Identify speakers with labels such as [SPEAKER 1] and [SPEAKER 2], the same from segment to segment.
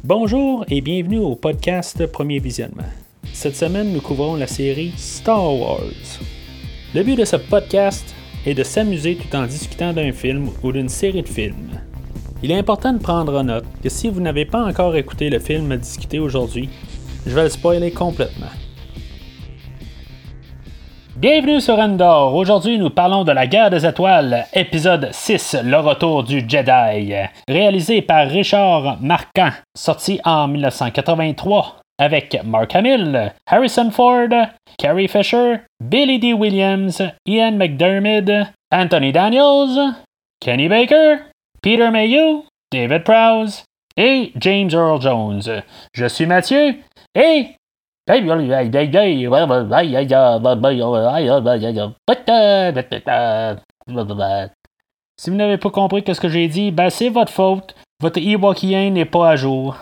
[SPEAKER 1] Bonjour et bienvenue au podcast Premier Visionnement. Cette semaine, nous couvrons la série Star Wars. Le but de ce podcast est de s'amuser tout en discutant d'un film ou d'une série de films. Il est important de prendre en note que si vous n'avez pas encore écouté le film à discuter aujourd'hui, je vais le spoiler complètement. Bienvenue sur Endor. Aujourd'hui, nous parlons de La Guerre des Étoiles, épisode 6, Le Retour du Jedi, réalisé par Richard Marquand, sorti en 1983, avec Mark Hamill, Harrison Ford, Carrie Fisher, Billy Dee Williams, Ian McDiarmid, Anthony Daniels, Kenny Baker, Peter Mayhew, David Prowse et James Earl Jones. Je suis Mathieu et... Si vous n'avez pas compris ce que j'ai dit, c'est votre faute. Votre Ewokien n'est pas à jour.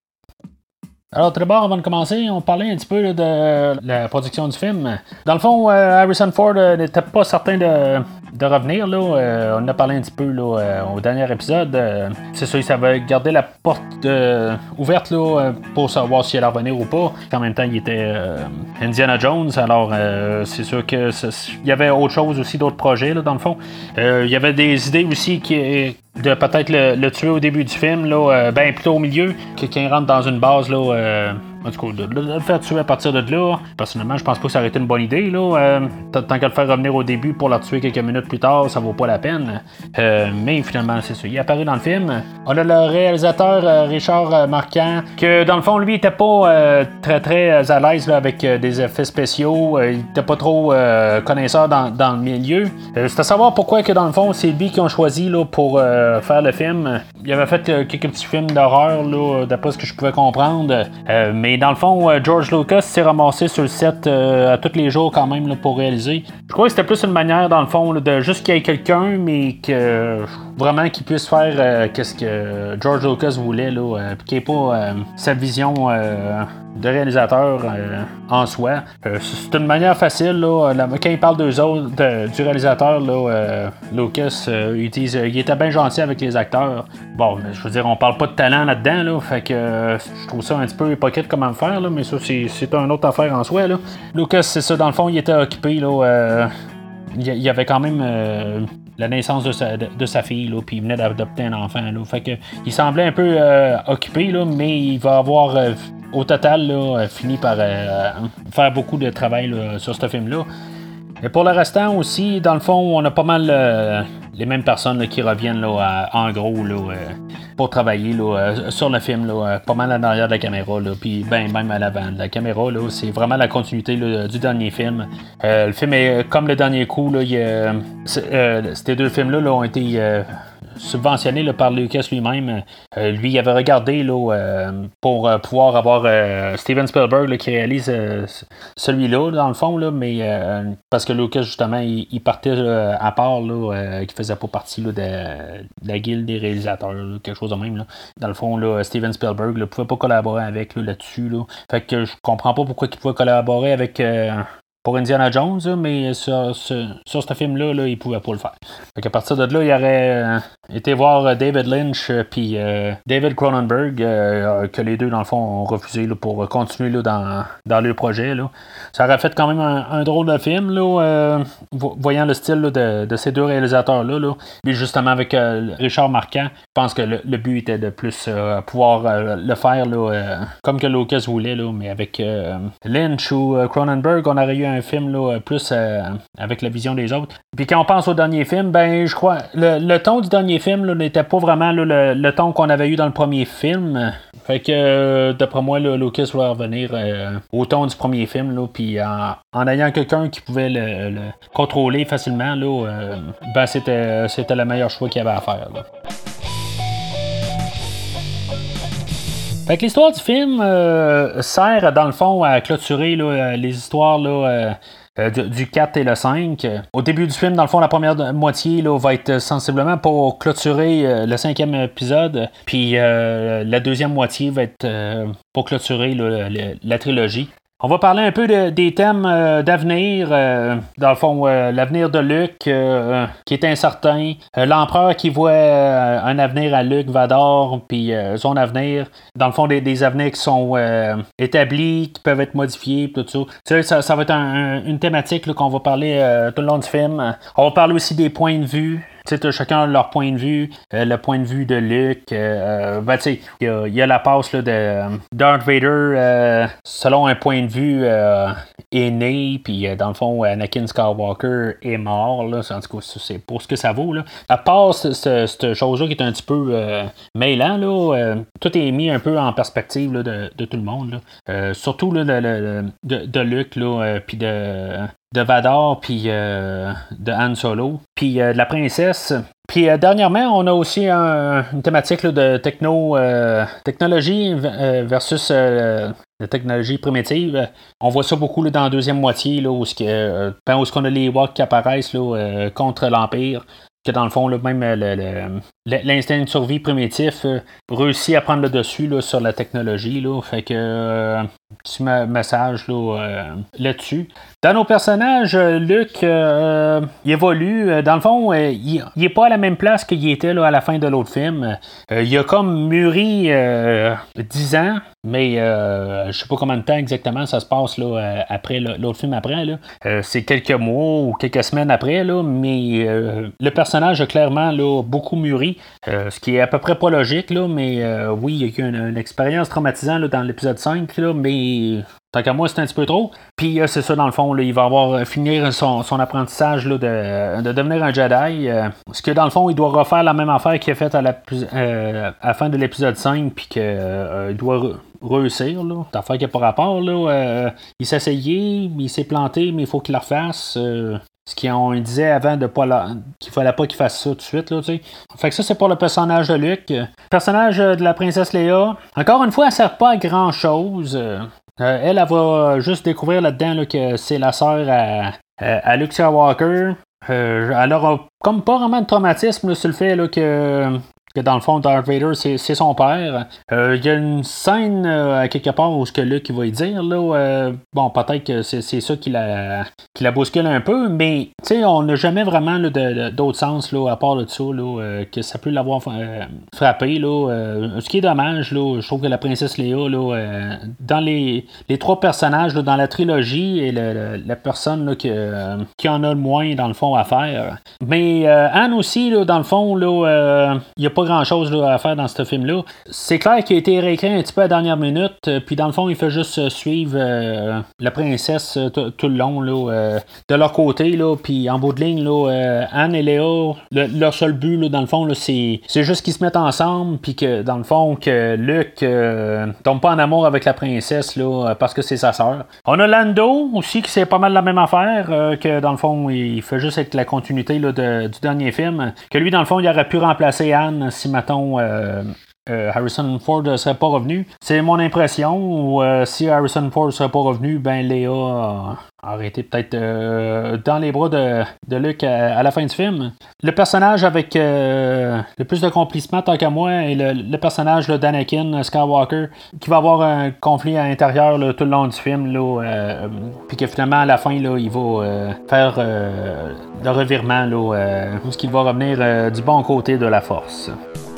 [SPEAKER 1] Alors, tout d'abord, avant de commencer, on parlait un petit peu de la production du film. Dans le fond, Harrison Ford n'était pas certain de revenir. On en a parlé un petit peu au dernier épisode. C'est sûr, ça va garder la porte ouverte pour savoir s'il allait revenir ou pas. En même temps, il était Indiana Jones, alors c'est sûr qu'il y avait autre chose aussi, d'autres projets, dans le fond. Il y avait des idées aussi de peut-être le tuer au début du film, plutôt au milieu, qu'il rentre dans une base, en tout cas, de le faire tuer à partir de là. Personnellement, je pense pas que ça aurait été une bonne idée, tant qu'à le faire revenir au début pour la tuer quelques minutes plus tard, ça vaut pas la peine. Mais finalement, c'est ça, il est apparu dans le film. On a le réalisateur Richard Marquand, que dans le fond, lui, il était pas très très à l'aise avec des effets spéciaux, il était pas trop connaisseur dans le milieu. C'est à savoir pourquoi que dans le fond, c'est lui qui ont choisi pour faire le film. Il avait fait quelques petits films d'horreur, d'après ce que je pouvais comprendre. Mais dans le fond, George Lucas s'est ramassé sur le set à tous les jours quand même pour réaliser. Je crois que c'était plus une manière, dans le fond, de juste qu'il y ait quelqu'un, mais que vraiment qu'il puisse faire qu'est-ce que George Lucas voulait, puis qu'il n'y ait pas sa vision de réalisateur en soi. C'est une manière facile, quand il parle d'eux autres, du réalisateur, Lucas, il était bien gentil avec les acteurs. Bon, je veux dire, on parle pas de talent là-dedans, fait que je trouve ça un petit peu hypocrite comment faire, mais ça, c'est une autre affaire en soi. Lucas, c'est ça, dans le fond, il était occupé, il y avait quand même la naissance de sa fille, puis il venait d'adopter un enfant, fait que il semblait un peu occupé, mais il va avoir au total fini par faire beaucoup de travail sur ce film-là. Et pour le restant aussi, dans le fond, on a pas mal les mêmes personnes qui reviennent en gros pour travailler sur le film, pas mal en arrière de la caméra, puis même à l'avant de la caméra. C'est vraiment la continuité du dernier film. Le film est comme le dernier coup. Ces deux films-là ont été subventionné par Lucas lui-même. Lui, il avait regardé pour pouvoir avoir Steven Spielberg qui réalise celui-là, dans le fond, mais parce que Lucas, justement, il partait à part, qui faisait pas partie de la guilde des réalisateurs, quelque chose de même. Dans le fond, Steven Spielberg pouvait pas collaborer avec là-dessus. Fait que je comprends pas pourquoi il pouvait collaborer avec... pour Indiana Jones, mais sur ce film-là, il pouvait pas le faire. Fait qu'à partir de là, il aurait été voir David Lynch puis David Cronenberg, que les deux, dans le fond, ont refusé pour continuer dans leur projet. Ça aurait fait quand même un drôle de film, voyant le style de ces deux réalisateurs-là. Puis justement, avec Richard Marquand, je pense que le but était de plus pouvoir le faire comme que Lucas voulait, mais avec Lynch ou Cronenberg, on aurait eu un film plus avec la vision des autres. Puis quand on pense au dernier film, je crois le ton du dernier film n'était pas vraiment le ton qu'on avait eu dans le premier film. Fait que d'après moi, Lucas va revenir au ton du premier film, puis en ayant quelqu'un qui pouvait le contrôler facilement, c'était le meilleur choix qu'il y avait à faire. Fait que l'histoire du film sert, dans le fond, à clôturer les histoires du 4 et le 5. Au début du film, dans le fond, la première moitié va être sensiblement pour clôturer le 5e épisode, puis la deuxième moitié va être pour clôturer la trilogie. On va parler un peu des thèmes d'avenir. Dans le fond, l'avenir de Luke qui est incertain. L'empereur qui voit un avenir à Luke Vador, puis son avenir. Dans le fond, des avenirs qui sont établis, qui peuvent être modifiés, tout ça. Ça va être une thématique là, qu'on va parler tout le long du film. On va parler aussi des points de vue. Chacun a leur point de vue, le point de vue de Luke. Il y a la passe là, de Darth Vader selon un point de vue est né, puis dans le fond, Anakin Skywalker est mort. Là, en tout cas, c'est pour ce que ça vaut. Là. À part cette chose-là qui est un petit peu mêlant, là, tout est mis un peu en perspective là, de tout le monde. Là. Surtout là, de Luke, puis de Vador, puis de Han Solo, puis de la princesse. Puis dernièrement, on a aussi une thématique là, de technologie versus la technologie primitive. On voit ça beaucoup là, dans la deuxième moitié, là, où on a les Ewoks qui apparaissent là, contre l'Empire. Que dans le fond, là, même l'instinct de survie primitif réussit à prendre le dessus là, sur la technologie. Là, fait que petit message là-dessus. Dans nos personnages, Luke il évolue. Dans le fond, il n'est pas à la même place qu'il était là, à la fin de l'autre film. Il a comme mûri 10 ans, mais je sais pas combien de temps exactement ça se passe là, après l'autre film après. Là. C'est quelques mois ou quelques semaines après, là, mais le personnage a clairement là, beaucoup mûri. Ce qui est à peu près pas logique, là, mais oui, il y a eu une expérience traumatisante là, dans l'épisode 5, là, mais tant qu'à moi, c'est un petit peu trop. Puis c'est ça, dans le fond, là, il va avoir finir son apprentissage là, de devenir un Jedi. Parce que dans le fond, il doit refaire la même affaire qu'il a faite à la fin de l'épisode 5, puis qu'il doit réussir. Là. C'est une affaire qui n'a pas rapport. Là. Il s'est essayé, il s'est planté, mais il faut qu'il la refasse. Ce qu'on disait avant qu'il fallait pas qu'il fasse ça tout de suite. Là, t'sais. Fait que ça, c'est pour le personnage de Luke. Le personnage de la princesse Leia, encore une fois, elle sert pas à grand-chose. Elle va juste découvrir là-dedans là, que c'est la sœur à Luke Skywalker. Elle aura comme pas vraiment de traumatisme là, sur le fait là, que dans le fond, Darth Vader, c'est son père. Il y a une scène quelque part où ce que Luke va y dire, là, bon, peut-être que c'est ça qui la bouscule un peu, mais on n'a jamais vraiment là, d'autre sens là, à part de ça, là, que ça peut l'avoir frappé. Là, ce qui est dommage, là, je trouve que la princesse Leia, là, dans les trois personnages là, dans la trilogie, est la personne là, qui en a le moins, dans le fond, à faire. Mais Anne aussi, là, dans le fond, il n'y a pas grand-chose là, à faire dans ce film-là. C'est clair qu'il a été réécrit un petit peu à la dernière minute, puis dans le fond, il fait juste suivre la princesse tout le long, là, de leur côté, là, puis en bout de ligne, là, Anne et Léa, leur seul but, là, dans le fond, là, c'est juste qu'ils se mettent ensemble, puis que, dans le fond, que Luke tombe pas en amour avec la princesse, là, parce que c'est sa sœur. On a Lando, aussi, qui c'est pas mal la même affaire, que, dans le fond, il fait juste avec la continuité là, du dernier film, que lui, dans le fond, il aurait pu remplacer Anne si, mettons, Harrison Ford ne serait pas revenu. C'est mon impression. Ou si Harrison Ford ne serait pas revenu, ben Léa aurait été peut-être dans les bras de Luke à la fin du film. Le personnage avec le plus d'accomplissement, tant qu'à moi, est le personnage là, d'Anakin Skywalker, qui va avoir un conflit à l'intérieur là, tout le long du film. Puis que finalement, à la fin, là, il va faire le revirement, où il va revenir du bon côté de la Force.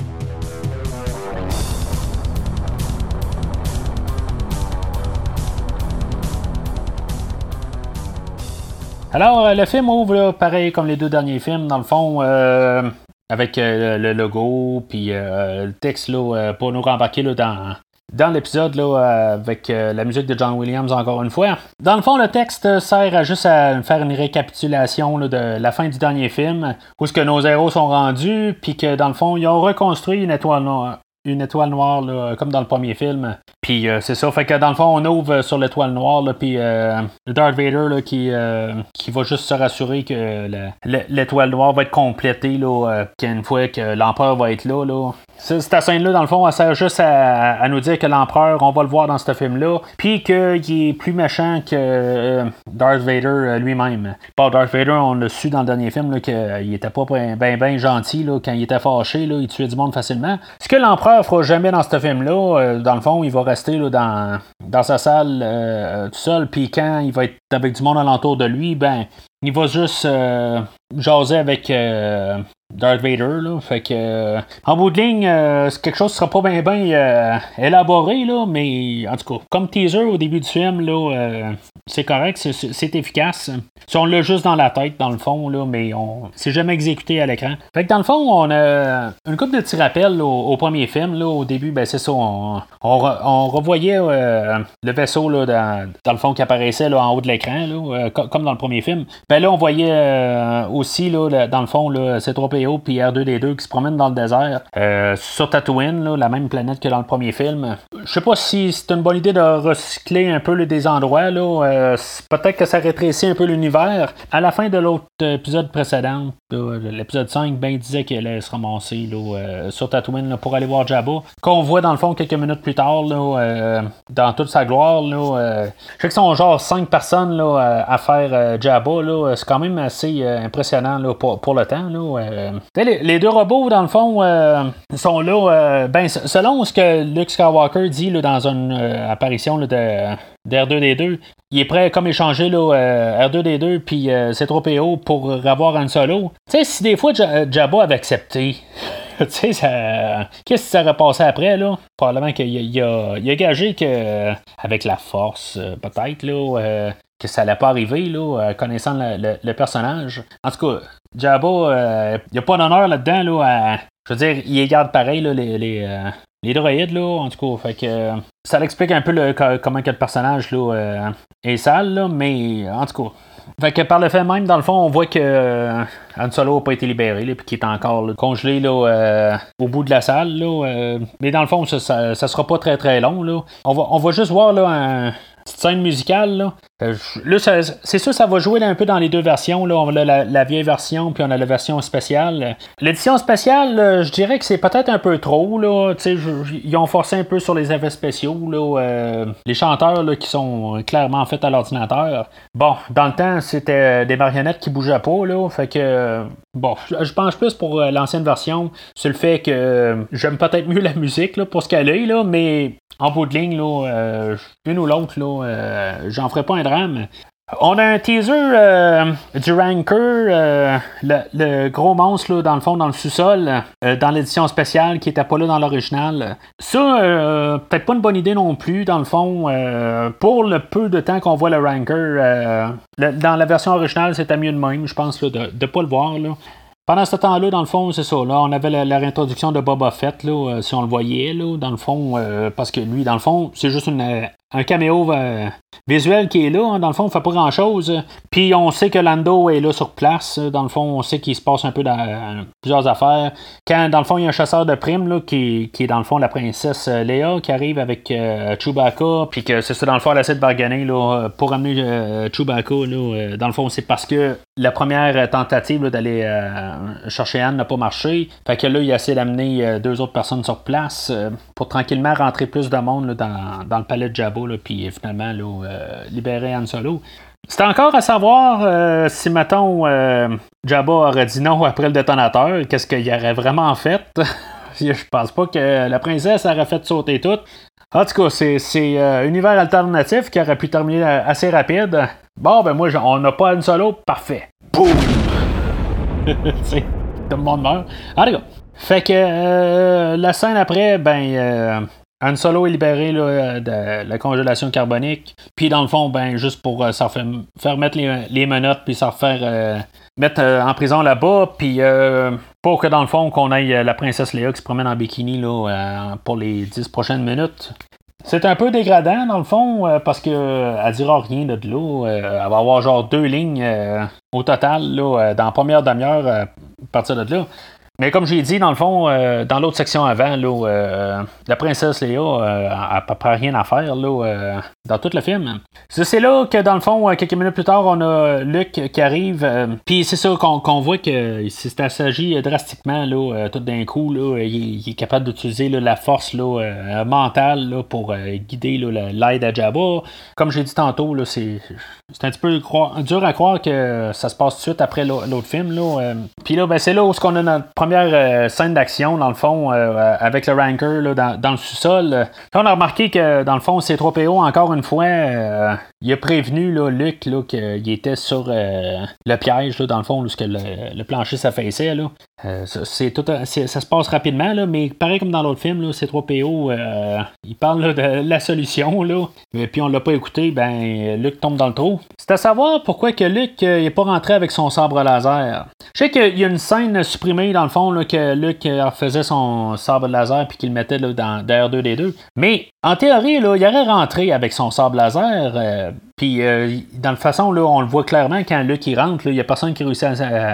[SPEAKER 1] Alors, le film ouvre là, pareil comme les deux derniers films, dans le fond, avec le logo, puis le texte là, pour nous rembarquer là, dans l'épisode là, avec la musique de John Williams encore une fois. Dans le fond, le texte sert juste à faire une récapitulation là, de la fin du dernier film, où ce que nos héros sont rendus, puis que dans le fond, ils ont reconstruit une étoile noire là, comme dans le premier film. Puis c'est ça, fait que dans le fond, on ouvre sur l'étoile noire, là, puis Darth Vader là, qui va juste se rassurer que l'étoile noire va être complétée là, qu'une fois que l'empereur va être là. Cette scène-là, dans le fond, elle sert juste à nous dire que l'empereur, on va le voir dans ce film-là, puis qu'il est plus méchant que Darth Vader lui-même. Pas Darth Vader, on l'a su dans le dernier film là, qu'il était pas ben gentil là, quand il était fâché, là, il tuait du monde facilement. Ce que l'empereur fera jamais dans ce film-là, dans le fond, il va rester là, dans sa salle tout seul, puis quand il va être avec du monde alentour de lui, ben il va juste jaser avec Darth Vader, là. Fait que, en bout de ligne, c'est quelque chose qui sera pas bien élaboré, là, mais en tout cas, comme teaser au début du film, là, c'est correct, c'est efficace. Si on l'a juste dans la tête, dans le fond, là, mais c'est jamais exécuté à l'écran. Fait que dans le fond, on a une couple de petits rappels au premier film, là. Au début, ben c'est ça, on revoyait le vaisseau, là, dans le fond, qui apparaissait là, en haut de l'écran, là, comme dans le premier film. Ben là, on voyait aussi, là, dans le fond, là, C3PO puis R2D2 qui se promènent dans le désert sur Tatooine, là, la même planète que dans le premier film. Je sais pas si c'est une bonne idée de recycler un peu des endroits, là. Peut-être que ça rétrécit un peu l'univers. À la fin de l'autre épisode précédent, l'épisode 5, ben il disait qu'elle allait se ramasser là, sur Tatooine là, pour aller voir Jabba. Qu'on voit dans le fond quelques minutes plus tard, là, dans toute sa gloire. Là, je sais que sont genre 5 personnes là, à faire Jabba. Là, c'est quand même assez impressionnant là, pour le temps. Là, les deux robots, dans le fond, sont là. Ben, selon ce que Luke Skywalker dit là, dans une apparition là, de R2D2, il est prêt comme échanger là, R2D2 puis C3PO pour avoir un solo. Tu sais, si des fois Jabba avait accepté, tu sais, qu'est-ce qui serait passé après, là? Probablement qu'il a gagé que avec la force, peut-être, là, que ça allait pas arriver, là, connaissant le personnage. En tout cas, Jabba, il n'y a pas d'honneur là-dedans, là, je veux dire, il garde pareil, là, les droïdes, là, en tout cas, fait que ça l'explique un peu comment que le personnage là, est sale, là, mais en tout cas. Fait que par le fait même, dans le fond, on voit que Han Solo n'a pas été libéré, puis qu'il est encore là, congelé là, au bout de la salle. Là, mais dans le fond, ça sera pas très très long. Là. On va juste voir là, une petite scène musicale. Là. Là, c'est sûr, ça va jouer là, un peu dans les deux versions. Là. On a la vieille version, puis on a la version spéciale. L'édition spéciale, je dirais que c'est peut-être un peu trop. Là. Ils ont forcé un peu sur les effets spéciaux. Là, les chanteurs là, qui sont clairement faits à l'ordinateur. Bon, dans le temps, c'était des marionnettes qui bougeaient pas. Là, fait que, bon, je pense plus pour l'ancienne version sur le fait que j'aime peut-être mieux la musique là, pour ce qu'elle est, là, mais en bout de ligne, là, une ou l'autre, là, j'en ferai pas un drame. On a un teaser du Rancor, le gros monstre là, dans le fond, dans le sous-sol, dans l'édition spéciale qui était pas là dans l'original. Ça, peut-être pas une bonne idée non plus, dans le fond. Pour le peu de temps qu'on voit le Rancor, dans la version originale, c'était mieux de même, je pense, là, de pas le voir. Là. Pendant ce temps-là, dans le fond, c'est ça. Là, on avait la réintroduction de Boba Fett, là, si on le voyait, là, dans le fond, parce que lui, dans le fond, c'est juste un caméo visuel qui est là. Hein, dans le fond, on fait pas grand-chose. Puis on sait que Lando est là sur place. Dans le fond, on sait qu'il se passe un peu dans plusieurs affaires. Quand, dans le fond, il y a un chasseur de primes là, qui est, dans le fond, la princesse Leia qui arrive avec Chewbacca. Puis que c'est ça, dans le fond, elle essaie de bargainer là, pour amener Chewbacca. Là, dans le fond, c'est parce que la première tentative là, d'aller chercher Anne n'a pas marché. Fait que là, il essaie d'amener 2 autres personnes sur place pour tranquillement rentrer plus de monde là, dans le palais de Jabba. Puis finalement là, libérer Han Solo. C'est encore à savoir si, mettons, Jabba aurait dit non après le détonateur, qu'est-ce qu'il aurait vraiment fait. Je pense pas que la princesse aurait fait sauter tout. En tout cas, c'est un univers alternatif qui aurait pu terminer assez rapide. Bon, ben moi, on n'a pas Han Solo, parfait. Boum! Tout le monde meurt. En tout cas, fait que la scène après, ben... Han Solo est libéré là, de la congélation carbonique. Puis dans le fond, ben juste pour s'en faire mettre les menottes puis s'en faire mettre en prison là-bas. Puis pour que dans le fond, qu'on aille la princesse Léa qui se promène en bikini là, pour les 10 prochaines minutes. C'est un peu dégradant dans le fond parce que elle dira rien de là. Elle va avoir genre 2 lignes au total là, dans la première demi-heure à partir de là. Mais comme j'ai dit, dans le fond, dans l'autre section avant, là, la princesse Léa a à peu près rien à faire. Là, dans tout le film. C'est là que, dans le fond, quelques minutes plus tard, on a Luke qui arrive. Puis c'est ça qu'on voit que c'est s'agit drastiquement, là, tout d'un coup. Là, il est capable d'utiliser là, la force là, mentale là, pour guider là, l'aide à Jabba. Comme j'ai dit tantôt, là, c'est un petit peu dur à croire que ça se passe tout de suite après l'autre film. Là. Puis là, ben, c'est là où on a notre première scène d'action, dans le fond, avec le Rancor là, dans le sous-sol. Là, on a remarqué que, dans le fond, C-3PO, encore une fois, il a prévenu là, Luke là, qu'il était sur le piège, là, dans le fond, où le plancher s'affaissait. Là. Ça se passe rapidement, là, mais pareil comme dans l'autre film, là, C-3PO, il parle là, de la solution, là, puis on l'a pas écouté, ben Luke tombe dans le trou. C'est à savoir pourquoi que Luke n'est pas rentré avec son sabre laser. Je sais qu'il y a une scène supprimée, dans le fond, là, que Luke refaisait son sabre laser puis qu'il le mettait là, dans R2D2, mais en théorie, là, il aurait rentré avec son sabre laser, puis dans la façon, là, on le voit clairement quand Luke il rentre, il n'y a personne qui réussit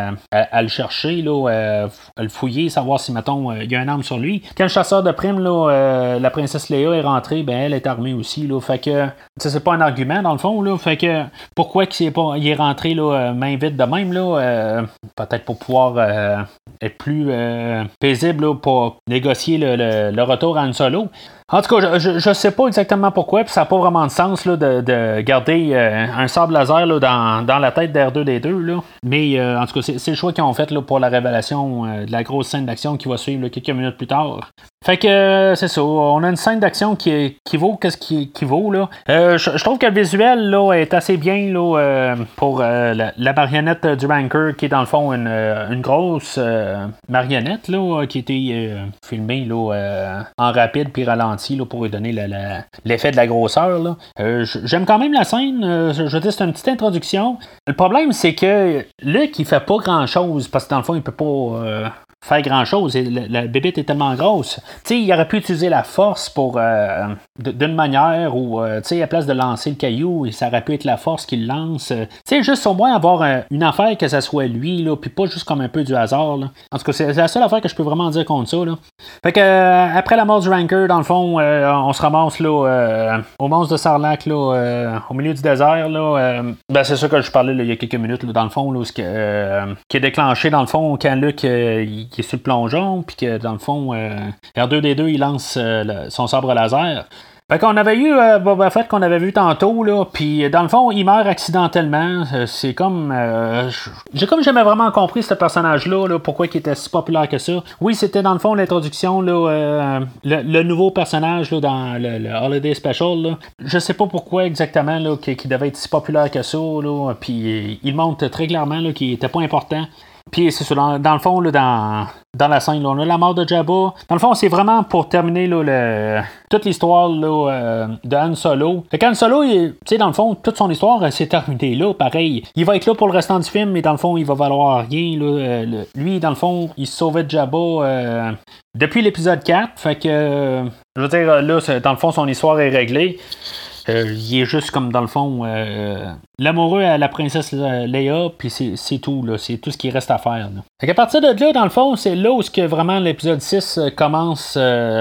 [SPEAKER 1] à le chercher, là, à le fouiller, savoir si, mettons, il y a une arme sur lui. Quand le chasseur de primes, là, la princesse Leia est rentrée, ben elle est armée aussi, là, fait que c'est pas un argument dans le fond, là, fait que pourquoi il est rentré là, main vide de même, là, peut-être pour pouvoir être plus paisible là, pour négocier le retour à Han Solo. En tout cas, je sais pas exactement pourquoi, puis ça n'a pas vraiment de sens là, de garder un sabre laser là, dans la tête d'R2D2. Là. Mais en tout cas, c'est le choix qu'ils ont fait là, pour la révélation de la grosse scène d'action qui va suivre là, quelques minutes plus tard. Fait que c'est ça, on a une scène d'action qui vaut qu'est-ce qui vaut là. Je trouve que le visuel là, est assez bien là, pour la marionnette du Rancor qui est dans le fond une grosse marionnette là, qui a été filmée là, en rapide puis ralenti là, pour lui donner l'effet de la grosseur. Là. J'aime quand même la scène, je veux dire c'est une petite introduction. Le problème c'est que Luke il fait pas grand chose parce que dans le fond il peut pas faire grand chose. La bébête est tellement grosse. T'sais, il aurait pu utiliser la force pour d'une manière où, à place de lancer le caillou, ça aurait pu être la force qui le lance. Juste au moins avoir une affaire que ça soit lui, là, puis pas juste comme un peu du hasard. Là. En tout cas, c'est la seule affaire que je peux vraiment dire contre ça. Là. Fait que après la mort du Rancor, dans le fond, on se ramasse là, au monstre de Sarlacc, là, au milieu du désert. Là, ben, c'est ça que je parlais là, il y a quelques minutes, là, dans le fond, là, qui est déclenché, dans le fond, quand Luke qui est sur le plongeon, puis que dans le fond, R2D2 il lance son sabre laser. Fait qu'on avait eu Boba Fett qu'on avait vu tantôt, là, puis dans le fond, il meurt accidentellement. C'est comme... j'ai comme jamais vraiment compris ce personnage-là, là, pourquoi il était si populaire que ça. Oui, c'était dans le fond l'introduction, là, le nouveau personnage là, dans le Holiday Special. Là. Je sais pas pourquoi exactement là, qu'il devait être si populaire que ça, là, puis il montre très clairement là, qu'il était pas important. Puis c'est ça, dans le fond, là, dans la scène, là, on a la mort de Jabba. Dans le fond, c'est vraiment pour terminer là, toute l'histoire là, de Han Solo. Fait qu'Han Solo, dans le fond, toute son histoire s'est terminée là, pareil. Il va être là pour le restant du film, mais dans le fond, il va valoir rien. Là, lui, dans le fond, il se sauvait de Jabba depuis l'épisode 4. Fait que, je veux dire, là, dans le fond, son histoire est réglée. Il est juste comme dans le fond l'amoureux à la princesse Leia, puis c'est tout, là, c'est tout ce qui reste à faire. Là. Fait qu'à partir de là, dans le fond, c'est là où que vraiment l'épisode 6 commence.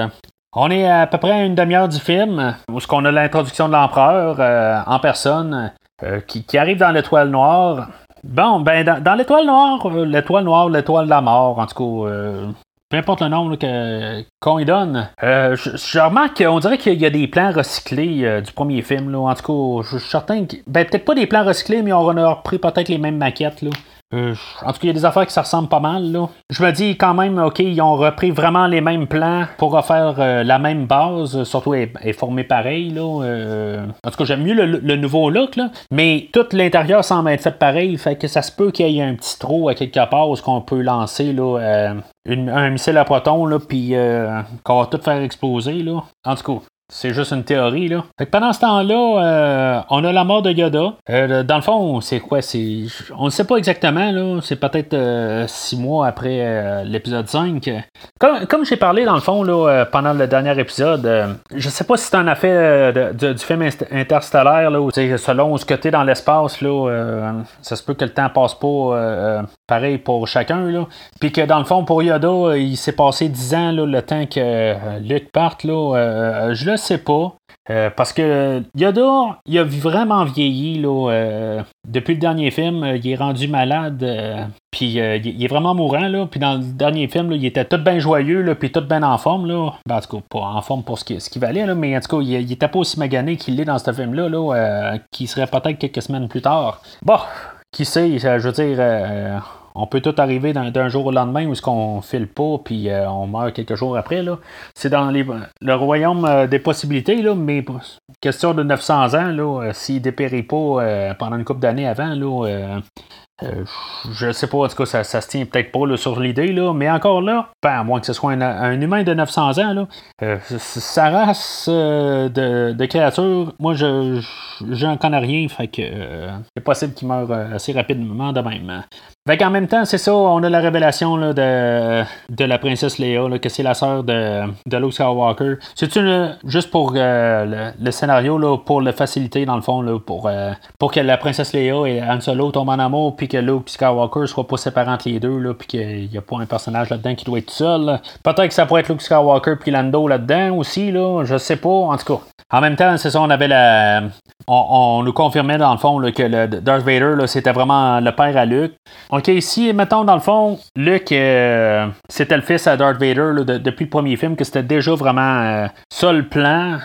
[SPEAKER 1] On est à peu près à une demi-heure du film, où on a l'introduction de l'empereur en personne, qui arrive dans l'étoile noire. Bon, ben dans l'étoile noire, l'étoile de la mort, en tout cas. Peu importe le nom là, qu'on y donne. Je remarque qu'on dirait qu'il y a des plans recyclés du premier film. Là. En tout cas, je suis certain que... Ben, peut-être pas des plans recyclés, mais on a repris peut-être les mêmes maquettes. Là. En tout cas, il y a des affaires qui se ressemblent pas mal. Là. Je me dis quand même, OK, ils ont repris vraiment les mêmes plans pour refaire la même base. Surtout, elle est formée pareil. Là. En tout cas, j'aime mieux le nouveau look. Là. Mais tout l'intérieur semble être fait pareil. Fait que ça se peut qu'il y ait un petit trou à quelque part où on peut lancer là, un missile à proton, là, puis qu'on va tout faire exploser. Là. En tout cas, c'est juste une théorie, là. Fait que pendant ce temps-là, on a la mort de Yoda. Dans le fond, c'est quoi? On ne sait pas exactement, là. C'est peut-être 6 mois après l'épisode 5. Comme j'ai parlé, dans le fond, là, pendant le dernier épisode, je sais pas si c'est un affaire du film interstellaire, là, où selon ce que t'es dans l'espace, là, ça se peut que le temps passe pas pareil pour chacun, là. Puis que dans le fond, pour Yoda, il s'est passé 10 ans, là, le temps que Luke parte, là. Je le sais pas. Parce que Yoda, il a vraiment vieilli là, depuis le dernier film. Il est rendu malade. Puis il est vraiment mourant. Là. Puis dans le dernier film, là, il était tout bien joyeux. Là, puis tout bien en forme. Là. Ben, en tout cas, pas en forme pour ce qu'il valait. Là, mais en tout cas, il était pas aussi magané qu'il l'est dans ce film-là. Là, qui serait peut-être quelques semaines plus tard. Bon, qui sait, je veux dire... on peut tout arriver d'un jour au lendemain où est-ce qu'on file pas puis on meurt quelques jours après. Là. C'est dans le royaume des possibilités, là, mais question de 900 ans, là, s'il dépérit pas pendant une couple d'années avant, là, je sais pas, en tout cas, ça se tient peut-être pas là, sur l'idée, là, mais encore là, à moins que ce soit un humain de 900 ans, là, sa race de créatures, moi, j'en connais rien, fait que c'est possible qu'il meure assez rapidement de même. Fait qu'en même temps, c'est ça, on a la révélation là, de la princesse Leia, là, que c'est la sœur de Luke Skywalker. C'est juste pour le scénario, là, pour le faciliter, dans le fond, là, pour que la princesse Leia et Han Solo tombent en amour, puis que Luke Skywalker soit pas séparés entre les deux, là, puis qu'il n'y a pas un personnage là-dedans qui doit être tout seul. Là. Peut-être que ça pourrait être Luke Skywalker puis Lando là-dedans aussi, là, je sais pas, en tout cas. En même temps, c'est ça, on avait on nous confirmait dans le fond là, que le Darth Vader, là, c'était vraiment le père à Luke. OK, ici, mettons dans le fond, Luke, c'était le fils à Darth Vader là, depuis le premier film, que c'était déjà vraiment ça le plan.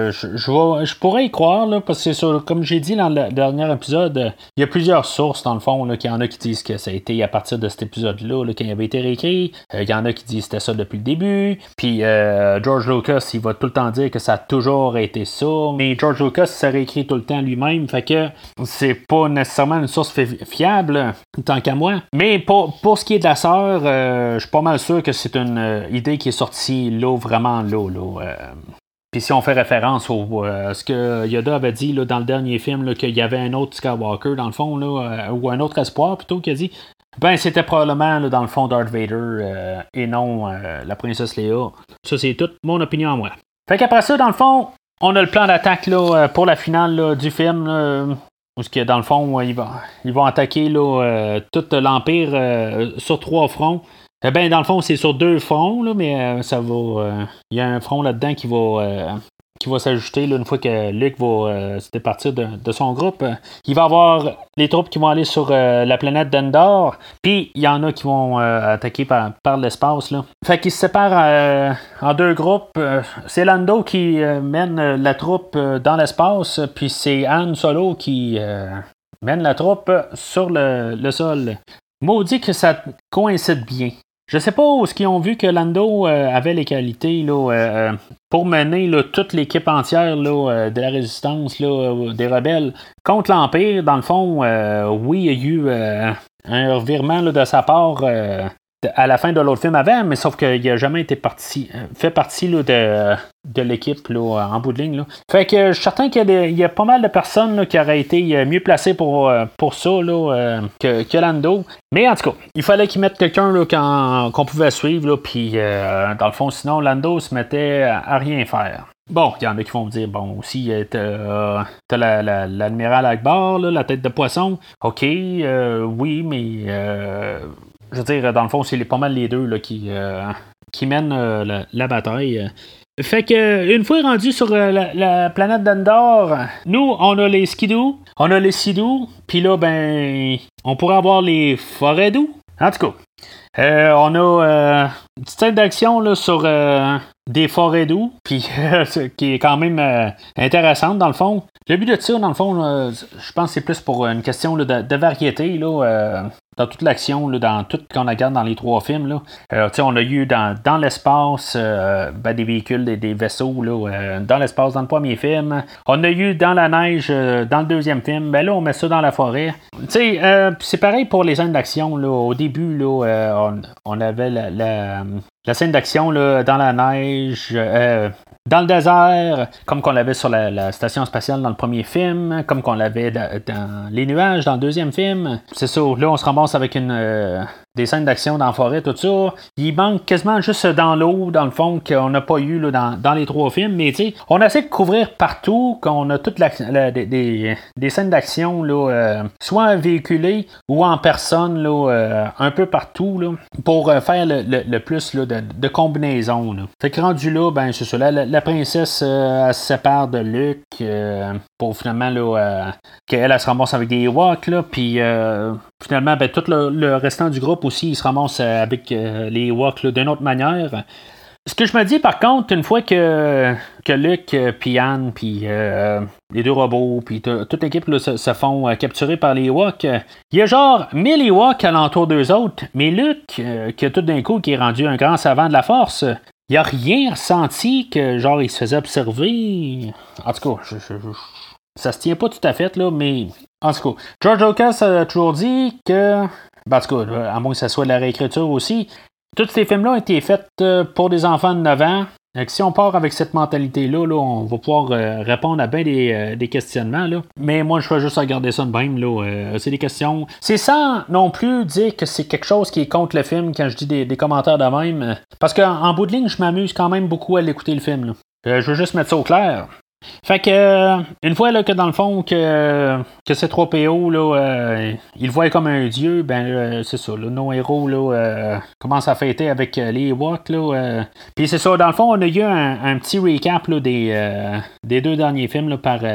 [SPEAKER 1] Je pourrais y croire, là, parce que sur, comme j'ai dit dans le dernier épisode, il y a plusieurs sources dans le fond, là, qu'il y en a qui disent que ça a été à partir de cet épisode-là, là, qu'il avait été réécrit. Il y en a qui disent que c'était ça depuis le début. Puis George Lucas, il va tout le temps dire que ça a toujours été ça. Mais George Lucas s'est réécrit tout le temps lui-même, fait que c'est pas nécessairement une source fiable, tant qu'à moi. Mais pour ce qui est de la sœur, je suis pas mal sûr que c'est une idée qui est sortie là, vraiment là. Puis si on fait référence à ce que Yoda avait dit là, dans le dernier film, là, qu'il y avait un autre Skywalker dans le fond, là, ou un autre espoir plutôt, qu'il a dit, ben c'était probablement là, dans le fond Darth Vader et non la princesse Leia. Ça c'est toute mon opinion à moi. Fait qu'après ça, dans le fond, on a le plan d'attaque là, pour la finale là, du film. Là, parce que dans le fond, ils vont attaquer là, tout l'Empire sur 3 fronts. Ben, dans le fond, c'est sur 2 fronts, là, mais ça va. Il y a un front là-dedans qui va s'ajouter là, une fois que Luke va se départir de son groupe. Il va y avoir les troupes qui vont aller sur la planète d'Endor, puis il y en a qui vont attaquer par l'espace. Là. Fait qu'ils se séparent en 2 groupes. C'est Lando qui mène la troupe dans l'espace, puis c'est Han Solo qui mène la troupe sur le sol. Maudit que ça coïncide bien. Je sais pas où est-ce qu'ils ont vu que Lando avait les qualités là, pour mener là, toute l'équipe entière là, de la résistance là, des rebelles contre l'Empire. Dans le fond, oui, il y a eu un revirement là, de sa part à la fin de l'autre film avant, mais sauf qu'il n'a jamais été fait partie là, de l'équipe là, en bout de ligne. Là. Fait que je suis certain qu'il y a pas mal de personnes là, qui auraient été mieux placées pour ça là, que Lando. Mais en tout cas, il fallait qu'ils mettent quelqu'un là, qu'on pouvait suivre, là, puis dans le fond, sinon, Lando se mettait à rien faire. Bon, il y en a qui vont me dire, bon, aussi, t'as l'admiral Akbar, là, la tête de poisson. OK, oui, mais je veux dire, dans le fond, c'est pas mal les deux là, qui mènent la bataille. Fait que une fois rendu sur la planète d'Endor, nous, on a les Skidoo, on a les Sidou, puis là, ben, on pourrait avoir les Foredou. En tout cas, on a une petite scène d'action là, sur des forêts doux, puis qui est quand même intéressante dans le fond. Le but de ça, dans le fond, je pense que c'est plus pour une question là, de variété là, dans toute l'action, là, dans tout qu'on regarde dans les 3 films. Là. On a eu dans l'espace des véhicules, des vaisseaux là, dans l'espace dans le premier film. On a eu dans la neige dans le deuxième film. Ben là, on met ça dans la forêt. C'est pareil pour les scènes d'action. Là. Au début, là, on avait la scène d'action là, dans la neige, dans le désert, comme qu'on l'avait sur la station spatiale dans le premier film, comme qu'on l'avait dans les nuages dans le deuxième film. C'est ça, là on se ramasse avec une des scènes d'action dans la forêt, tout ça. Il manque quasiment juste dans l'eau, dans le fond, qu'on n'a pas eu là, dans les 3 films. Mais tu sais, on essaie de couvrir partout, qu'on a toutes des scènes d'action, là, soit véhiculées ou en personne, là, un peu partout, là, pour faire le plus là, de combinaisons. Là. Fait que rendu là, ben c'est ça. La princesse, elle se sépare de Luke pour finalement là, qu'elle se ramasse avec des Ewoks, là, puis finalement, ben, tout le restant du groupe aussi, il se ramasse avec les Ewoks d'une autre manière. Ce que je me dis, par contre, une fois que Luke, puis Anne, puis les 2 robots, puis toute l'équipe là, se font capturer par les Ewoks, il y a genre 1000 Ewoks alentour d'eux autres, mais Luke, qui a tout d'un coup, qui est rendu un grand savant de la force, il a rien ressenti que genre il se faisait observer. En tout cas, ça se tient pas tout à fait, là, mais en tout cas, George Lucas a toujours dit que, ben, en tout cas, à moins que ça soit de la réécriture aussi, tous ces films-là ont été faits pour des enfants de 9 ans. Donc, si on part avec cette mentalité-là, là, on va pouvoir répondre à bien des questionnements. Là. Mais moi, je vais juste regarder ça de même. Là. C'est des questions. C'est sans non plus dire que c'est quelque chose qui est contre le film quand je dis des commentaires de même. Parce qu'en bout de ligne, je m'amuse quand même beaucoup à l'écouter le film. Là. Je veux juste mettre ça au clair. Fait que, une fois là, que dans le fond, que C3PO, là, il le voit comme un dieu, ben c'est ça, là, nos héros là, commencent à fêter avec les Ewoks. Puis c'est ça, dans le fond, on a eu un petit recap là, des 2 derniers films là, par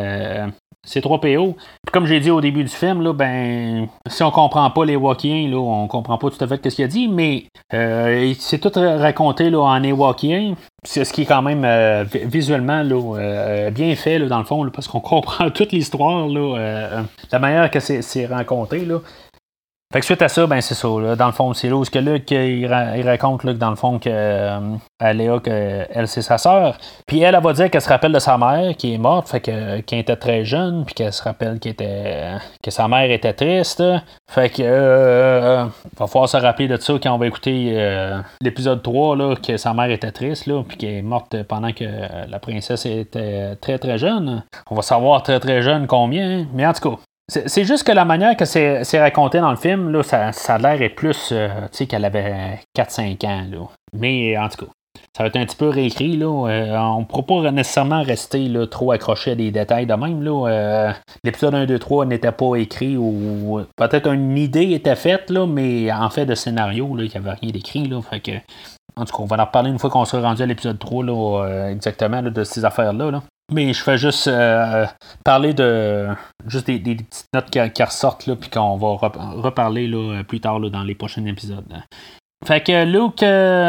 [SPEAKER 1] C3PO. Puis comme j'ai dit au début du film, là, ben si on comprend pas les Ewokiens, là, on comprend pas tout à fait ce qu'il a dit, mais c'est tout raconté là, en Ewokien. C'est ce qui est quand même visuellement là, bien fait là, dans le fond, là, parce qu'on comprend toute l'histoire, là, la manière que c'est raconté. Là. Fait que suite à ça, ben c'est ça. Là, dans le fond, c'est là où Luke il raconte là, que dans le fond que Léa, elle c'est sa sœur. Puis elle va dire qu'elle se rappelle de sa mère qui est morte, fait que quand elle était très jeune, puis qu'elle se rappelle que sa mère était triste. Fait que va falloir se rappeler de ça quand on va écouter l'épisode 3, là, que sa mère était triste, là, puis qu'elle est morte pendant que la princesse était très très jeune. On va savoir très très jeune combien, mais en tout cas. C'est juste que la manière que c'est raconté dans le film, là, ça a l'air est plus, tu sais, qu'elle avait 4-5 ans. Là. Mais en tout cas, ça va être un petit peu réécrit. Là. On ne pourra pas nécessairement rester là, trop accroché à des détails de même. Là. L'épisode 1, 2, 3 n'était pas écrit ou peut-être une idée était faite, là, mais en fait de scénario, là, il n'y avait rien d'écrit. Là, fait que, en tout cas, on va en reparler une fois qu'on sera rendu à l'épisode 3 là, exactement là, de ces affaires-là. Là. Mais je fais juste parler de juste des petites notes qui ressortent, là, puis qu'on va reparler là, plus tard là, dans les prochains épisodes. Là. Fait que Luke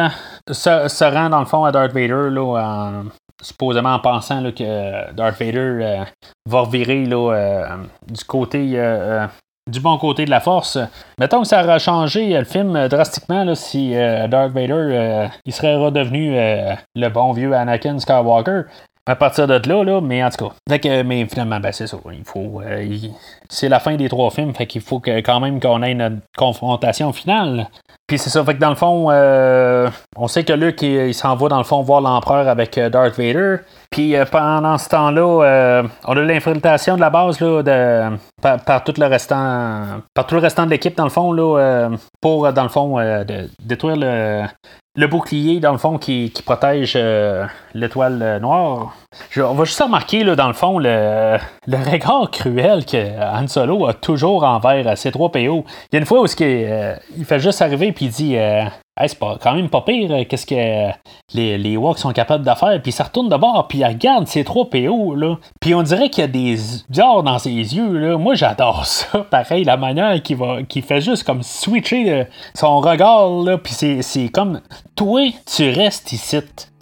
[SPEAKER 1] se rend dans le fond à Darth Vader, là, supposément en pensant là, que Darth Vader va revirer là, du côté du bon côté de la force. Mettons que ça aurait changé le film drastiquement là, si Darth Vader il serait redevenu le bon vieux Anakin Skywalker. À partir de là, mais en tout cas. Fait que, mais finalement, ben c'est ça. Il faut. C'est la fin des 3 films, fait qu'il faut quand même qu'on ait une confrontation finale. Puis c'est ça, fait que dans le fond, on sait que Luke, il s'en va dans le fond voir l'empereur avec Darth Vader. Puis pendant ce temps-là, on a l'infiltration de la base là, par tout le restant de l'équipe, dans le fond, là, pour, dans le fond, de détruire le bouclier, dans le fond, qui protège l'étoile noire. On va juste remarquer, là, dans le fond, le regard cruel que Han Solo a toujours envers C3PO. Il y a une fois où il fait juste arriver et il dit hey, c'est quand même pas pire, qu'est-ce que les Ewoks sont capables de faire. Puis il se retourne de bord, puis il regarde C3PO, là. Puis on dirait qu'il y a des diors dans ses yeux, là. Moi, j'adore ça. Pareil, la manière qu'il fait juste comme switcher son regard, là. Puis c'est comme, toi, tu restes ici.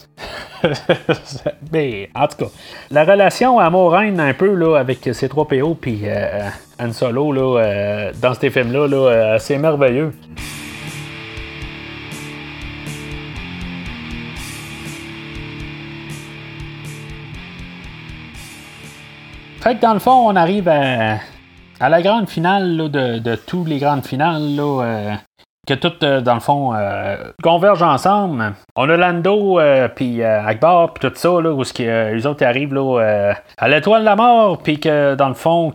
[SPEAKER 1] Mais en tout cas, la relation amour-haine un peu là, avec C3PO puis Han Solo là, dans ces films-là, là, c'est merveilleux. Fait que dans le fond, on arrive à la grande finale là, de tous les grandes finales là, que tout, dans le fond, convergent ensemble. On a Lando, puis Akbar, puis tout ça, là, où les autres arrivent là, à l'étoile de la mort, puis que, dans le fond,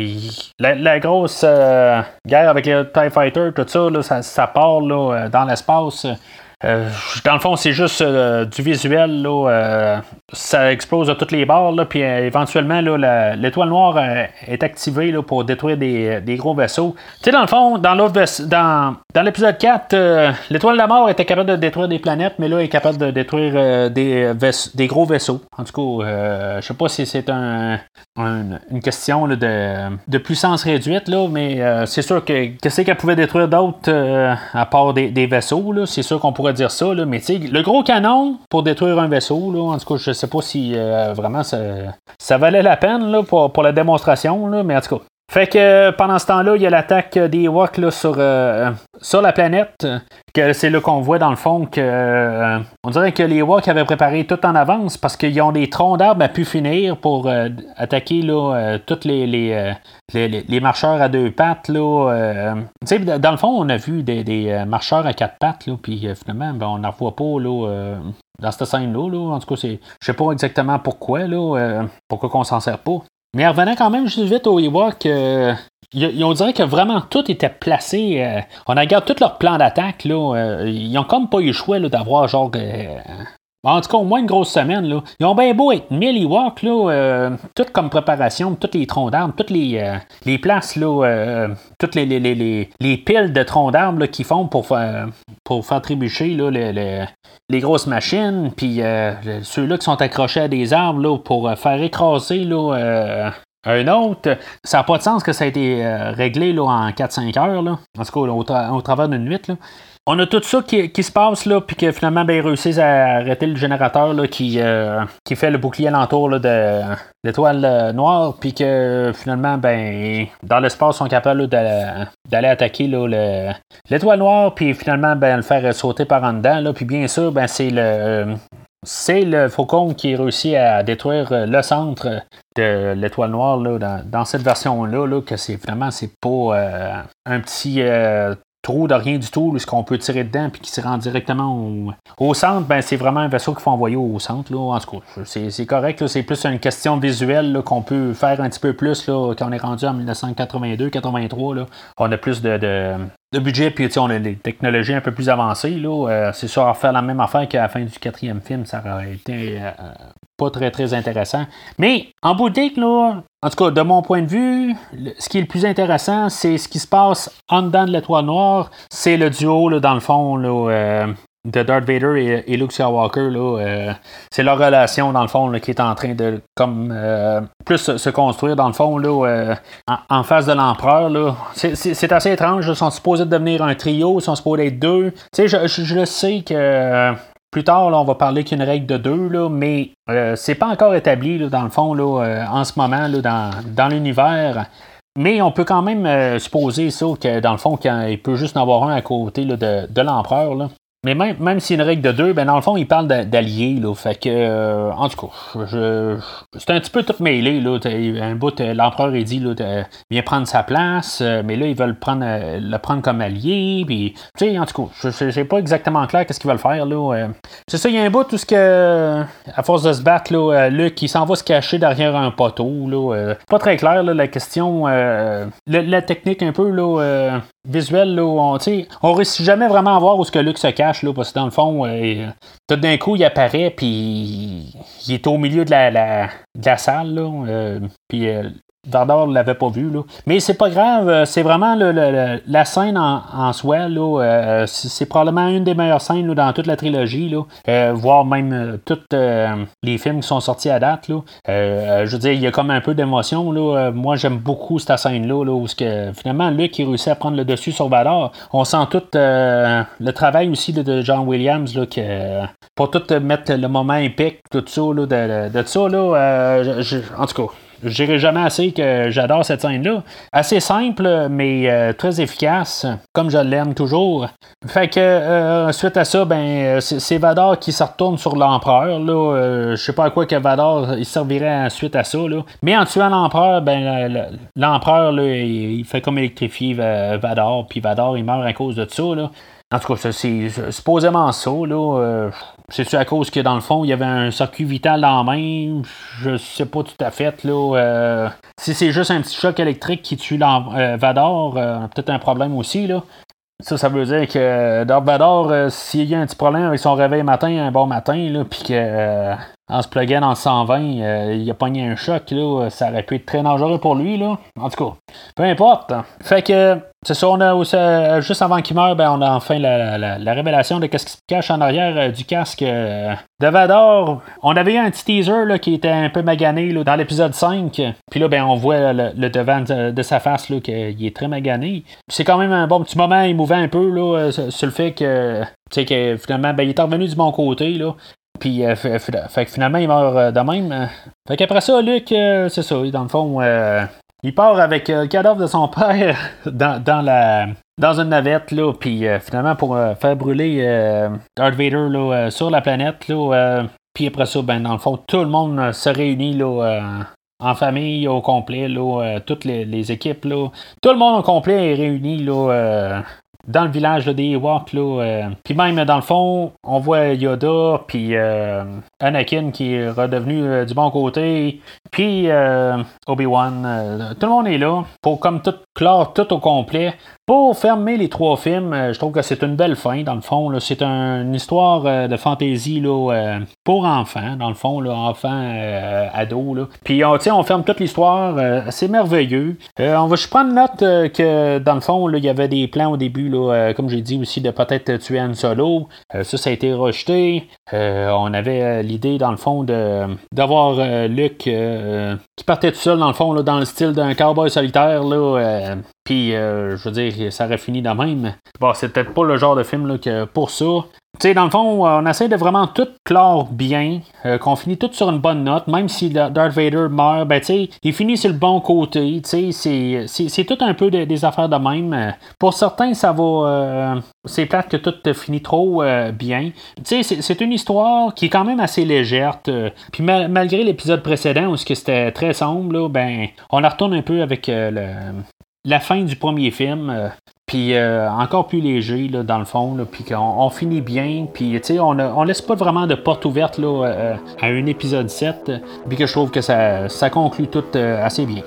[SPEAKER 1] la grosse guerre avec les TIE Fighters, tout ça, là, ça part là, dans l'espace. Dans le fond, c'est juste du visuel. Là, ça explose de toutes les barres. Là, puis éventuellement, là, l'étoile noire est activée là, pour détruire des gros vaisseaux. Tu sais, dans le fond, dans l'épisode 4, l'étoile de la mort était capable de détruire des planètes, mais là, elle est capable de détruire des gros vaisseaux. En tout cas, je sais pas si c'est une question là, de puissance réduite, là, mais c'est sûr que qu'est-ce qu'elle pouvait détruire d'autre à part des vaisseaux. Là, c'est sûr qu'on pourrait dire ça, là, mais tu sais, le gros canon pour détruire un vaisseau, là, en tout cas, je sais pas si vraiment ça valait la peine là, pour la démonstration, là, mais en tout cas. Fait que pendant ce temps-là, il y a l'attaque des Ewoks là, sur la planète. Que c'est là qu'on voit dans le fond que on dirait que les Ewoks avaient préparé tout en avance parce qu'ils ont des troncs d'arbres à pu finir pour attaquer là, tous les marcheurs à deux pattes. Là, dans le fond, on a vu des marcheurs à quatre pattes, là, puis finalement, on n'en voit pas là, dans cette scène-là. Là. En tout cas, je sais pas exactement pourquoi, là, pourquoi qu'on s'en sert pas. Mais en revenant quand même juste vite au Ewok, on dirait que vraiment tout était placé. On regarde tout leur plan d'attaque. Là, ils ont comme pas eu le choix là, d'avoir genre. En tout cas, au moins une grosse semaine. Là. Ils ont bien beau être 1000 Ewoks, là, tout comme préparation, tous les troncs d'arbres, toutes les places, là, toutes les piles de troncs d'arbres là, qu'ils font pour faire trébucher là, les grosses machines, puis ceux-là qui sont accrochés à des arbres là, pour faire écraser là, un autre. Ça n'a pas de sens que ça a été réglé là, en 4-5 heures, là. En tout cas, au travers d'une nuit. Là. On a tout ça qui se passe, là, puis que finalement, ben, ils réussissent à arrêter le générateur là, qui fait le bouclier alentour là, de l'étoile noire, puis que finalement, ben, dans l'espace, ils sont capables là, d'aller attaquer là, l'étoile noire, puis finalement, ben, le faire sauter par en dedans. Là, puis bien sûr, ben, c'est le Faucon qui réussit à détruire le centre de l'étoile noire là, dans cette version-là, là, que c'est pas un petit trou de rien du tout, ce qu'on peut tirer dedans puis qui se rend directement au centre, ben c'est vraiment un vaisseau qu'il faut envoyer au centre. Là. En tout cas, c'est correct, là, c'est plus une question visuelle là, qu'on peut faire un petit peu plus là, quand on est rendu en 1982-83. Là. On a plus de budget, puis on a des technologies un peu plus avancées. Là. C'est sûr, faire la même affaire qu'à la fin du 4e film, ça aurait été pas très très intéressant. Mais en boutique, là, en tout cas, de mon point de vue, ce qui est le plus intéressant, c'est ce qui se passe en dedans de l'étoile noire. C'est le duo, là, dans le fond, là, de Darth Vader et Luke Skywalker. Là, c'est leur relation, dans le fond, là, qui est en train de comme plus se construire, dans le fond, là, en face de l'empereur. Là. C'est assez étrange. Là. Ils sont supposés devenir un trio, ils sont supposés être deux. Tu sais, je sais que plus tard, là, on va parler qu'une règle de 2, là, mais c'est pas encore établi, là, dans le fond, là, en ce moment, là, dans l'univers. Mais on peut quand même supposer ça, que dans le fond, il peut juste en avoir un à côté là, de l'empereur. Là. Mais même s'il y a une règle de 2, ben dans le fond, il parle d'alliés, là. Fait que, en tout cas, c'est un petit peu tout mêlé, là. Un bout, l'empereur, il dit, là, viens prendre sa place, mais là, ils veulent le prendre comme allié, puis, tu sais, en tout cas, je sais pas exactement clair qu'est-ce qu'ils veulent faire, là. C'est ça, il y a un bout, tout ce que, à force de se battre, là, Luke, il s'en va se cacher derrière un poteau, là. Pas très clair, là, la question, la technique un peu, là, visuelle, là, on réussit jamais vraiment à voir où ce que Luke se cache, là, parce que dans le fond, tout d'un coup, il apparaît, puis il est au milieu de la salle, là, puis Vardar ne l'avait pas vu, là. Mais c'est pas grave, c'est vraiment la scène en soi, là, c'est probablement une des meilleures scènes là, dans toute la trilogie, là, voire même tous les films qui sont sortis à date, là. Je veux dire, il y a comme un peu d'émotion, là. Moi, j'aime beaucoup cette scène-là, là, où finalement, Luke qui réussit à prendre le dessus sur Vador. On sent tout le travail aussi là, de John Williams, là, pour tout mettre le moment épique, tout ça, là, de ça, là, en tout cas. je dirais jamais assez que j'adore cette scène-là. Assez simple, mais très efficace, comme je l'aime toujours. Fait que suite à ça, ben c'est Vador qui se retourne sur l'Empereur. Là, je sais pas à quoi que Vador il servirait suite à ça. Là. Mais en tuant l'Empereur, ben l'Empereur là, il fait comme électrifier Vador, puis Vador il meurt à cause de ça. Là. En tout cas, c'est supposément ça. Là, c'est-tu à cause que dans le fond, il y avait un circuit vital dans la main? Je sais pas tout à fait. Là, si c'est juste un petit choc électrique qui tue Vador, peut-être un problème aussi. Là. Ça veut dire que Darth Vader, s'il y a un petit problème avec son réveil matin, un bon matin, puis que en se pluguant dans le 120, il a pogné un choc, là, ça aurait pu être très dangereux pour lui. Là. En tout cas, peu importe. Fait que c'est ça, on a aussi, juste avant qu'il meure, ben, on a enfin la révélation de ce qui se cache en arrière du casque de Vador. On avait eu un petit teaser là, qui était un peu magané là, dans l'épisode 5. Puis là, ben, on voit le devant de sa face là, qu'il est très magané. Puis c'est quand même un bon petit moment émouvant un peu là, sur le fait que, que finalement, ben, il est revenu du bon côté. Là. Puis fait que finalement, il meurt de même. Fait qu'après ça, Luke, c'est ça, dans le fond, il part avec le cadavre de son père dans une navette, là, puis finalement, pour faire brûler Darth Vader là, sur la planète, là, puis après ça, ben, dans le fond, tout le monde se réunit là, en famille au complet, là, toutes les équipes, là, tout le monde au complet est réuni là, dans le village là, des Ewoks. Puis même dans le fond, on voit Yoda, puis Anakin qui est redevenu du bon côté, puis Obi-Wan. Tout le monde est là pour comme tout clore tout au complet. Pour fermer les 3 films, je trouve que c'est une belle fin, dans le fond. Là. C'est une histoire de fantasy là, pour enfants, dans le fond, là, enfants, ados. Puis on ferme toute l'histoire. C'est merveilleux. On va juste prendre note que, dans le fond, là, il y avait des plans au début, là, comme j'ai dit aussi, de peut-être tuer Han Solo. Ça a été rejeté. On avait l'idée, dans le fond, d'avoir Luke qui partait tout seul, dans le fond, là, dans le style d'un cowboy solitaire. Là, puis, je veux dire, ça aurait fini de même. Bon, c'est peut-être pas le genre de film là, que pour ça. Tu sais, dans le fond, on essaie de vraiment tout clore bien, qu'on finit tout sur une bonne note, même si Darth Vader meurt, ben tu sais, il finit sur le bon côté, tu sais, c'est tout un peu des affaires de même. Pour certains, ça va, c'est plate que tout finit trop bien. Tu sais, c'est une histoire qui est quand même assez légère, puis malgré l'épisode précédent où c'était très sombre, là, ben, on la retourne un peu avec la fin du premier film. Puis encore plus léger, là, dans le fond, puis qu'on finit bien, puis on laisse pas vraiment de porte ouverte là, à un épisode 7, puis que je trouve que ça conclut tout assez bien.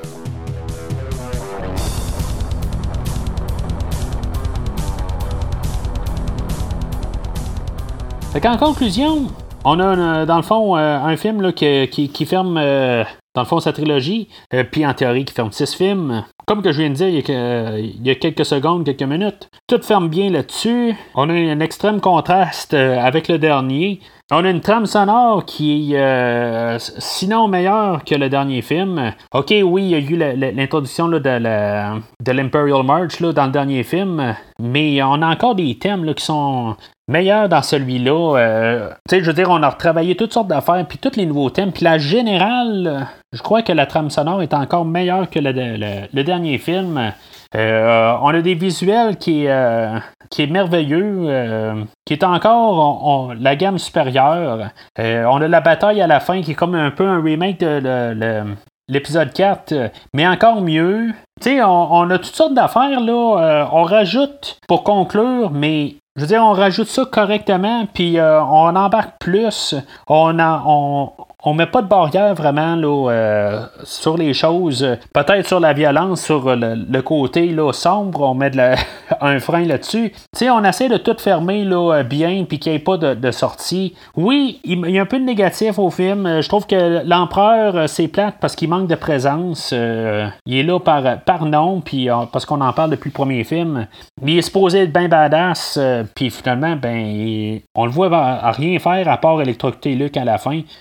[SPEAKER 1] Fait qu'en conclusion, on a dans le fond un film là, qui ferme dans le fond sa trilogie, puis en théorie qui ferme 6 films. Comme que je viens de dire il y a quelques secondes, quelques minutes, tout ferme bien là-dessus. On a un extrême contraste avec le dernier. On a une trame sonore qui est sinon meilleure que le dernier film. Ok, oui, il y a eu l'introduction là, de l'Imperial March là, dans le dernier film, mais on a encore des thèmes là, qui sont meilleurs dans celui-là. Tu sais, je veux dire, on a retravaillé toutes sortes d'affaires, puis tous les nouveaux thèmes, puis la générale, je crois que la trame sonore est encore meilleure que le dernier film. On a des visuels qui est merveilleux, qui est encore la gamme supérieure. On a la bataille à la fin qui est comme un peu un remake de l'épisode 4, mais encore mieux. Tu sais, on a toutes sortes d'affaires, là. On rajoute, pour conclure, mais je veux dire, on rajoute ça correctement, puis on embarque plus. On met pas de barrière vraiment là, sur les choses. Peut-être sur la violence, sur le côté là, sombre, on met un frein là-dessus. Tu sais, on essaie de tout fermer là, bien, puis qu'il n'y ait pas de sortie. Oui, il y a un peu de négatif au film. Je trouve que l'empereur, c'est plate parce qu'il manque de présence. Il est là par nom, puis parce qu'on en parle depuis le premier film. Mais il est supposé être bien badass, puis finalement, ben, on le voit à rien faire à part électrocuter Luke à la fin. Peut-être qu'on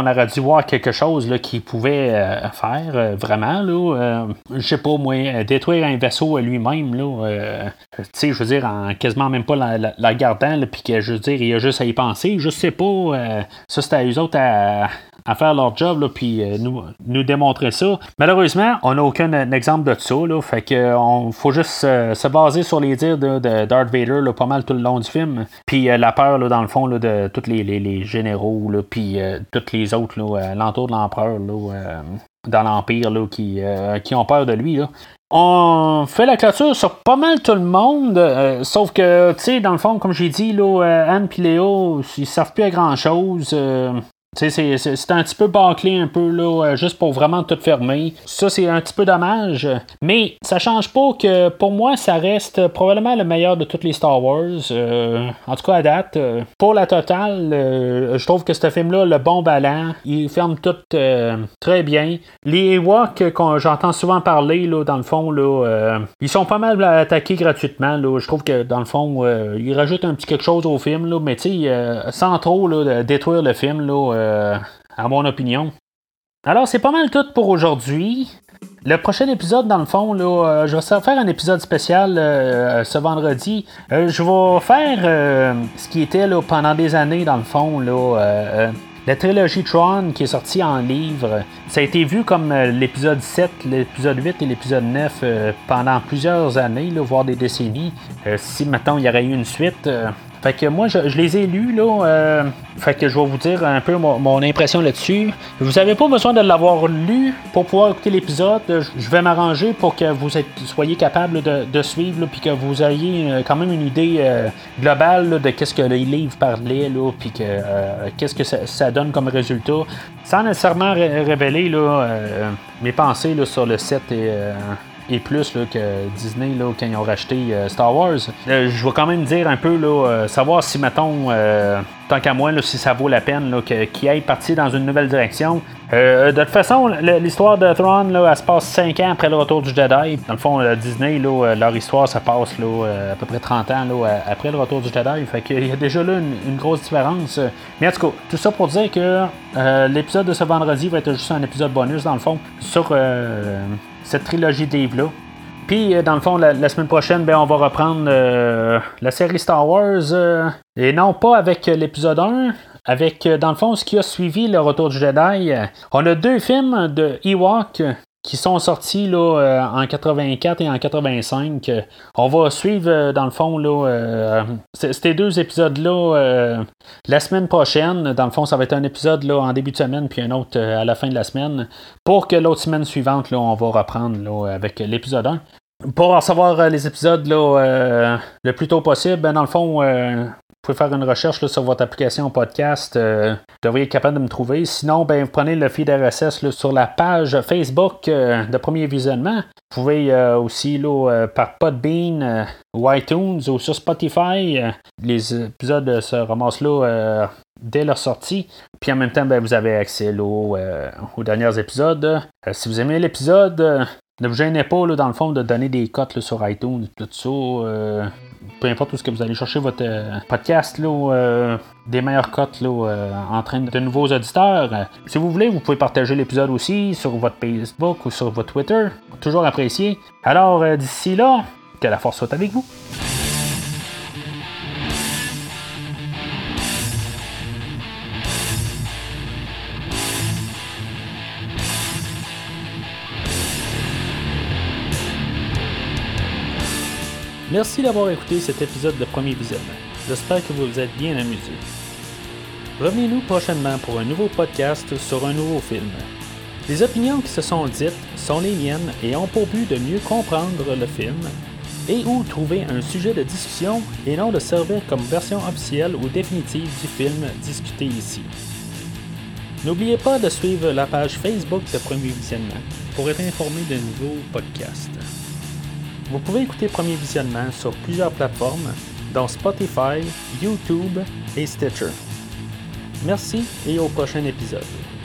[SPEAKER 1] aurait dû voir quelque chose là, qu'il pouvait faire vraiment. Je sais pas, moi, détruire un vaisseau lui-même. Tu sais, je veux dire, en quasiment même pas la gardant, puis que je veux dire, il y a juste à y penser. Je sais pas. Ça, c'était à eux autres à faire leur job, là, puis nous démontrer ça. Malheureusement, on n'a aucun exemple de ça. Là, fait que faut juste se baser sur les dires de Darth Vader là, pas mal tout le long du film. Puis la peur, là, dans le fond, là, de tous les généraux, puis tous les autres là, l'entour de l'empereur dans l'Empire là, qui ont peur de lui. Là. On fait la clôture sur pas mal tout le monde, sauf que, tu sais, dans le fond, comme j'ai dit, là, Anne et Léo, ils servent plus à grand-chose. C'est un petit peu bâclé un peu là, juste pour vraiment tout fermer. Ça, c'est un petit peu dommage. Mais ça change pas que pour moi, ça reste probablement le meilleur de tous les Star Wars. En tout cas, à date. Pour la totale, je trouve que ce film-là, le bon ballon, il ferme tout très bien. Les Ewoks, j'entends souvent parler, là, dans le fond, là, ils sont pas mal attaqués gratuitement. Là. Je trouve que dans le fond, ils rajoutent un petit quelque chose au film, là, mais tu sais, sans trop là, détruire le film, là. À mon opinion. Alors, c'est pas mal tout pour aujourd'hui. Le prochain épisode, dans le fond, là, je vais faire un épisode spécial ce vendredi. Je vais faire ce qui était là, pendant des années, dans le fond, là, la trilogie Tron qui est sortie en livre. Ça a été vu comme l'épisode 7, l'épisode 8 et l'épisode 9 pendant plusieurs années, là, voire des décennies. Si, maintenant il y aurait eu une suite... Fait que moi, je les ai lus, là. Fait que je vais vous dire un peu mon impression là-dessus. Vous n'avez pas besoin de l'avoir lu pour pouvoir écouter l'épisode. Je vais m'arranger pour que vous soyez capable de suivre, puis que vous ayez quand même une idée globale là, de qu'est-ce que les livres parlaient, puis que qu'est-ce que ça donne comme résultat. Sans nécessairement révéler là, mes pensées là, sur le set et plus là, que Disney là, quand ils ont racheté Star Wars. Je vais quand même dire un peu, là, savoir si, mettons, tant qu'à moi, là, si ça vaut la peine là, qu'ils aillent partir dans une nouvelle direction. De toute façon, l'histoire de Thrawn, là, elle se passe 5 ans après le retour du Jedi. Dans le fond, Disney, là, leur histoire, ça passe là, à peu près 30 ans là, après le retour du Jedi. Fait qu'il y a déjà là une grosse différence. Mais en tout cas, tout ça pour dire que l'épisode de ce vendredi va être juste un épisode bonus, dans le fond, sur... cette trilogie de livres-là. Puis, dans le fond, la semaine prochaine, on va reprendre la série Star Wars. Et non pas avec l'épisode 1, avec, dans le fond, ce qui a suivi le Retour du Jedi. On a 2 films de Ewok qui sont sortis là, en 84 et en 85. On va suivre, dans le fond, là, ces 2 épisodes-là la semaine prochaine. Dans le fond, ça va être un épisode là, en début de semaine, puis un autre à la fin de la semaine. Pour que l'autre semaine suivante, là, on va reprendre là, avec l'épisode 1. Pour recevoir les épisodes là, le plus tôt possible, dans le fond... vous pouvez faire une recherche là, sur votre application podcast. Vous devriez être capable de me trouver. Sinon, vous prenez le feed RSS là, sur la page Facebook de Premier Visionnement. Vous pouvez aussi là, par Podbean ou iTunes ou sur Spotify. Les épisodes se ramassent là dès leur sortie. Puis en même temps, vous avez accès là, aux derniers épisodes. Si vous aimez l'épisode... ne vous gênez pas, là, dans le fond, de donner des cotes là, sur iTunes, tout ça. Peu importe où ce que vous allez chercher votre podcast, là, des meilleures cotes là, en train de nouveaux auditeurs. Si vous voulez, vous pouvez partager l'épisode aussi sur votre Facebook ou sur votre Twitter. Toujours apprécié. Alors, d'ici là, que la force soit avec vous. Merci d'avoir écouté cet épisode de Premier Visionnement. J'espère que vous vous êtes bien amusé. Revenez-nous prochainement pour un nouveau podcast sur un nouveau film. Les opinions qui se sont dites sont les miennes et ont pour but de mieux comprendre le film et ou trouver un sujet de discussion et non de servir comme version officielle ou définitive du film discuté ici. N'oubliez pas de suivre la page Facebook de Premier Visionnement pour être informé de nouveaux podcasts. Vous pouvez écouter Premier Visionnement sur plusieurs plateformes, dont Spotify, YouTube et Stitcher. Merci et au prochain épisode.